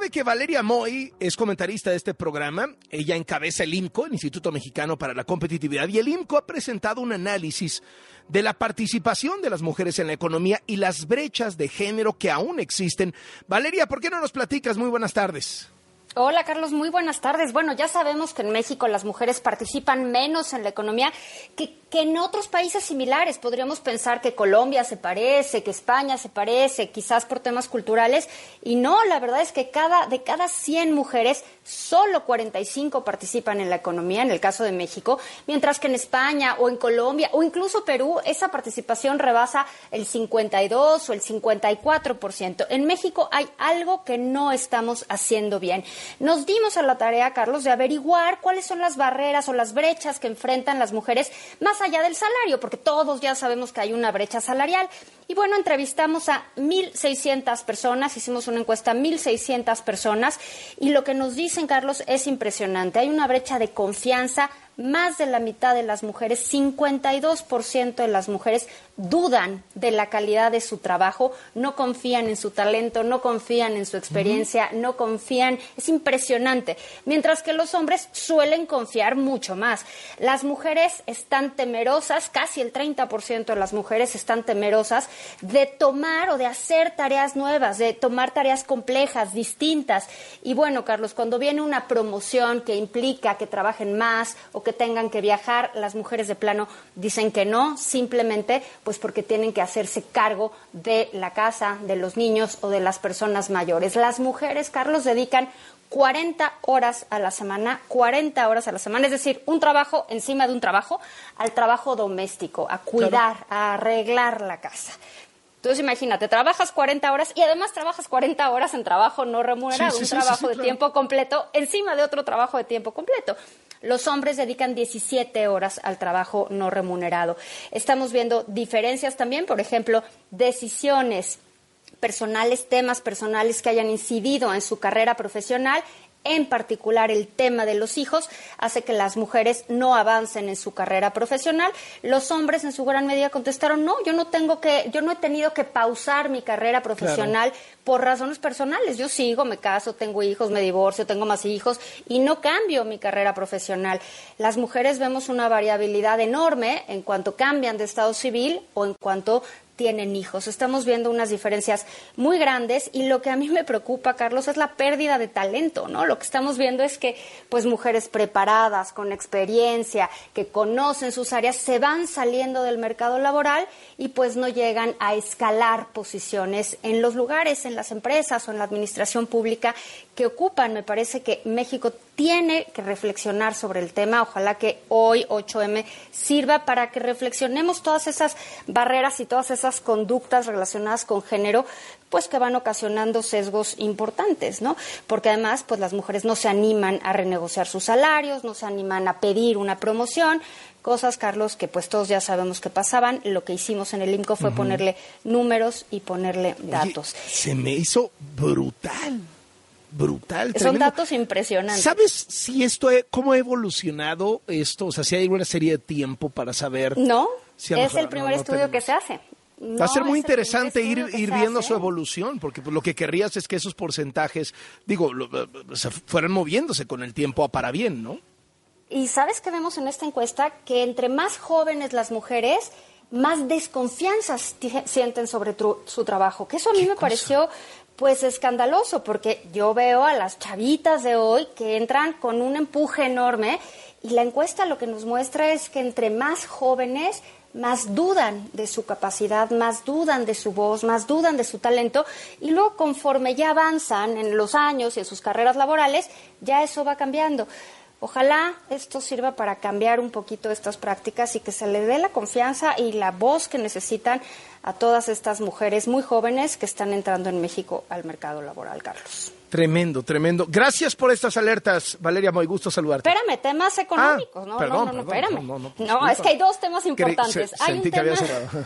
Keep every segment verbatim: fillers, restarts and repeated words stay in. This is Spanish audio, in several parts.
sabe que Valeria Moy es comentarista de este programa. Ella encabeza el I M C O, el Instituto Mexicano para la Competitividad, y el I M C O ha presentado un análisis de la participación de las mujeres en la economía y las brechas de género que aún existen. Valeria, ¿por qué no nos platicas? Muy buenas tardes. Hola, Carlos, muy buenas tardes. Bueno, ya sabemos que en México las mujeres participan menos en la economía que, que en otros países similares. Podríamos pensar que Colombia se parece, que España se parece, quizás por temas culturales. Y no, la verdad es que cada, de cada cien mujeres, solo cuarenta y cinco participan en la economía, en el caso de México, mientras que en España o en Colombia o incluso Perú, esa participación rebasa el cincuenta y dos o el cincuenta y cuatro por ciento. En México hay algo que no estamos haciendo bien. Nos dimos a la tarea, Carlos, de averiguar cuáles son las barreras o las brechas que enfrentan las mujeres más allá del salario, porque todos ya sabemos que hay una brecha salarial. Y bueno, entrevistamos a mil seiscientas personas, hicimos una encuesta a mil seiscientas personas, y lo que nos dicen, Carlos, es impresionante. Hay una brecha de confianza. Más de la mitad de las mujeres, cincuenta y dos por ciento de las mujeres dudan de la calidad de su trabajo, no confían en su talento, no confían en su experiencia, uh-huh. no confían, es impresionante. Mientras que los hombres suelen confiar mucho más. Las mujeres están temerosas, casi el treinta por ciento de las mujeres están temerosas de tomar o de hacer tareas nuevas, de tomar tareas complejas, distintas. Y bueno, Carlos, cuando viene una promoción que implica que trabajen más o que tengan que viajar, las mujeres de plano dicen que no, simplemente pues porque tienen que hacerse cargo de la casa, de los niños o de las personas mayores. Las mujeres, Carlos, dedican cuarenta horas a la semana, cuarenta horas a la semana, es decir, un trabajo encima de un trabajo, al trabajo doméstico, a cuidar, claro. a arreglar la casa. Entonces, imagínate, trabajas cuarenta horas y además trabajas cuarenta horas en trabajo no remunerado, sí, sí, un sí, trabajo sí, sí, de claro. tiempo completo encima de otro trabajo de tiempo completo. Los hombres dedican diecisiete horas al trabajo no remunerado. Estamos viendo diferencias también, por ejemplo, decisiones personales, temas personales que hayan incidido en su carrera profesional. En particular, el tema de los hijos hace que las mujeres no avancen en su carrera profesional. Los hombres, en su gran medida, contestaron, no, yo no tengo que, yo no he tenido que pausar mi carrera profesional claro. por razones personales. Yo sigo, me caso, tengo hijos, me divorcio, tengo más hijos y no cambio mi carrera profesional. Las mujeres vemos una variabilidad enorme en cuanto cambian de estado civil o en cuanto tienen hijos. Estamos viendo unas diferencias muy grandes y lo que a mí me preocupa, Carlos, es la pérdida de talento, ¿no? Lo que estamos viendo es que, pues, mujeres preparadas, con experiencia, que conocen sus áreas, se van saliendo del mercado laboral y, pues, no llegan a escalar posiciones en los lugares, en las empresas o en la administración pública que ocupan. Me parece que México tiene que reflexionar sobre el tema. Ojalá que hoy, ocho eme, sirva para que reflexionemos todas esas barreras y todas esas conductas relacionadas con género, pues que van ocasionando sesgos importantes, ¿no? Porque además, pues las mujeres no se animan a renegociar sus salarios, no se animan a pedir una promoción, cosas, Carlos, que pues todos ya sabemos que pasaban. Lo que hicimos en el I M C O fue uh-huh. ponerle números y ponerle datos. Oye, se me hizo brutal. Brutal, Son tremendo. datos impresionantes. ¿Sabes si esto, cómo ha evolucionado esto? O sea, si hay alguna serie de tiempo para saber. No, si es el primer no, no estudio tenemos. que se hace. No, Va a ser muy interesante ir, ir viendo hace. su evolución, porque pues, lo que querrías es que esos porcentajes, digo, lo, se fueran moviéndose con el tiempo a para bien, ¿no? Y ¿sabes qué vemos en esta encuesta? Que entre más jóvenes las mujeres, más desconfianza sienten sobre tu, su trabajo, que eso a mí me cosa? pareció pues escandaloso, porque yo veo a las chavitas de hoy que entran con un empuje enorme y la encuesta lo que nos muestra es que entre más jóvenes, más dudan de su capacidad, más dudan de su voz, más dudan de su talento, y luego conforme ya avanzan en los años y en sus carreras laborales, ya eso va cambiando. Ojalá esto sirva para cambiar un poquito estas prácticas y que se le dé la confianza y la voz que necesitan a todas estas mujeres muy jóvenes que están entrando en México al mercado laboral, Carlos. Tremendo, tremendo. Gracias por estas alertas, Valeria, muy gusto saludarte. Espérame, temas económicos. Ah, no, perdón, no, no, no, perdón, espérame. No, no, no, no es que hay dos temas importantes. Se, hay sentí un que tema, había cerrado.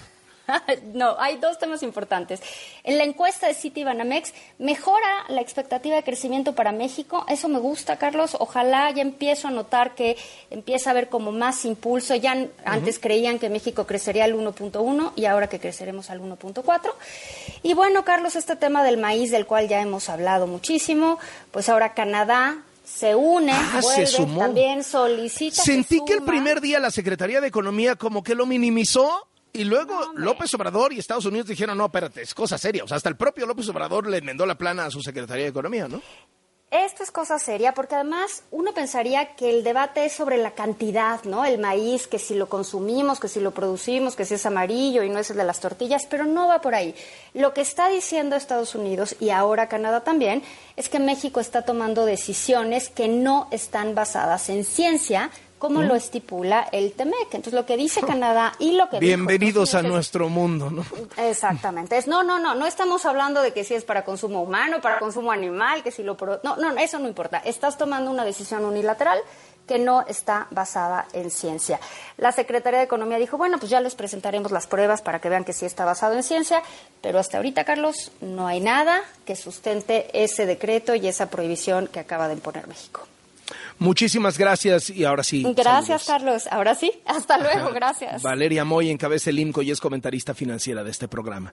No, hay dos temas importantes. En la encuesta de Citibanamex, mejora la expectativa de crecimiento para México. Eso me gusta, Carlos. Ojalá ya empiezo a notar que empieza a haber como más impulso. Ya uh-huh. antes creían que México crecería al uno punto uno y ahora que creceremos al uno punto cuatro. Y bueno, Carlos, este tema del maíz, del cual ya hemos hablado muchísimo, pues ahora Canadá se une, ah, vuelve, se sumó. También solicita. Sentí que, que el primer día la Secretaría de Economía como que lo minimizó. Y luego no, López Obrador y Estados Unidos dijeron, no, espérate, es cosa seria. O sea, hasta el propio López Obrador le enmendó la plana a su Secretaría de Economía, ¿no? Esto es cosa seria porque además uno pensaría que el debate es sobre la cantidad, ¿no? El maíz, que si lo consumimos, que si lo producimos, que si es amarillo y no es el de las tortillas, pero no va por ahí. Lo que está diciendo Estados Unidos y ahora Canadá también es que México está tomando decisiones que no están basadas en ciencia, como ¿Mm? Lo estipula el TEMEC. Entonces, lo que dice Canadá y lo que Bienvenidos dijo, a nuestro mundo, ¿no? Exactamente. Es, no, no, no, no estamos hablando de que si es para consumo humano, para consumo animal, que si lo... Pro... No, no, eso no importa. Estás tomando una decisión unilateral que no está basada en ciencia. La Secretaría de Economía dijo, bueno, pues ya les presentaremos las pruebas para que vean que sí está basado en ciencia, pero hasta ahorita, Carlos, no hay nada que sustente ese decreto y esa prohibición que acaba de imponer México. Muchísimas gracias y ahora sí. Gracias, saludos. Carlos. Ahora sí. Hasta luego. Gracias. Valeria Moy encabeza el IMCO y es comentarista financiera de este programa.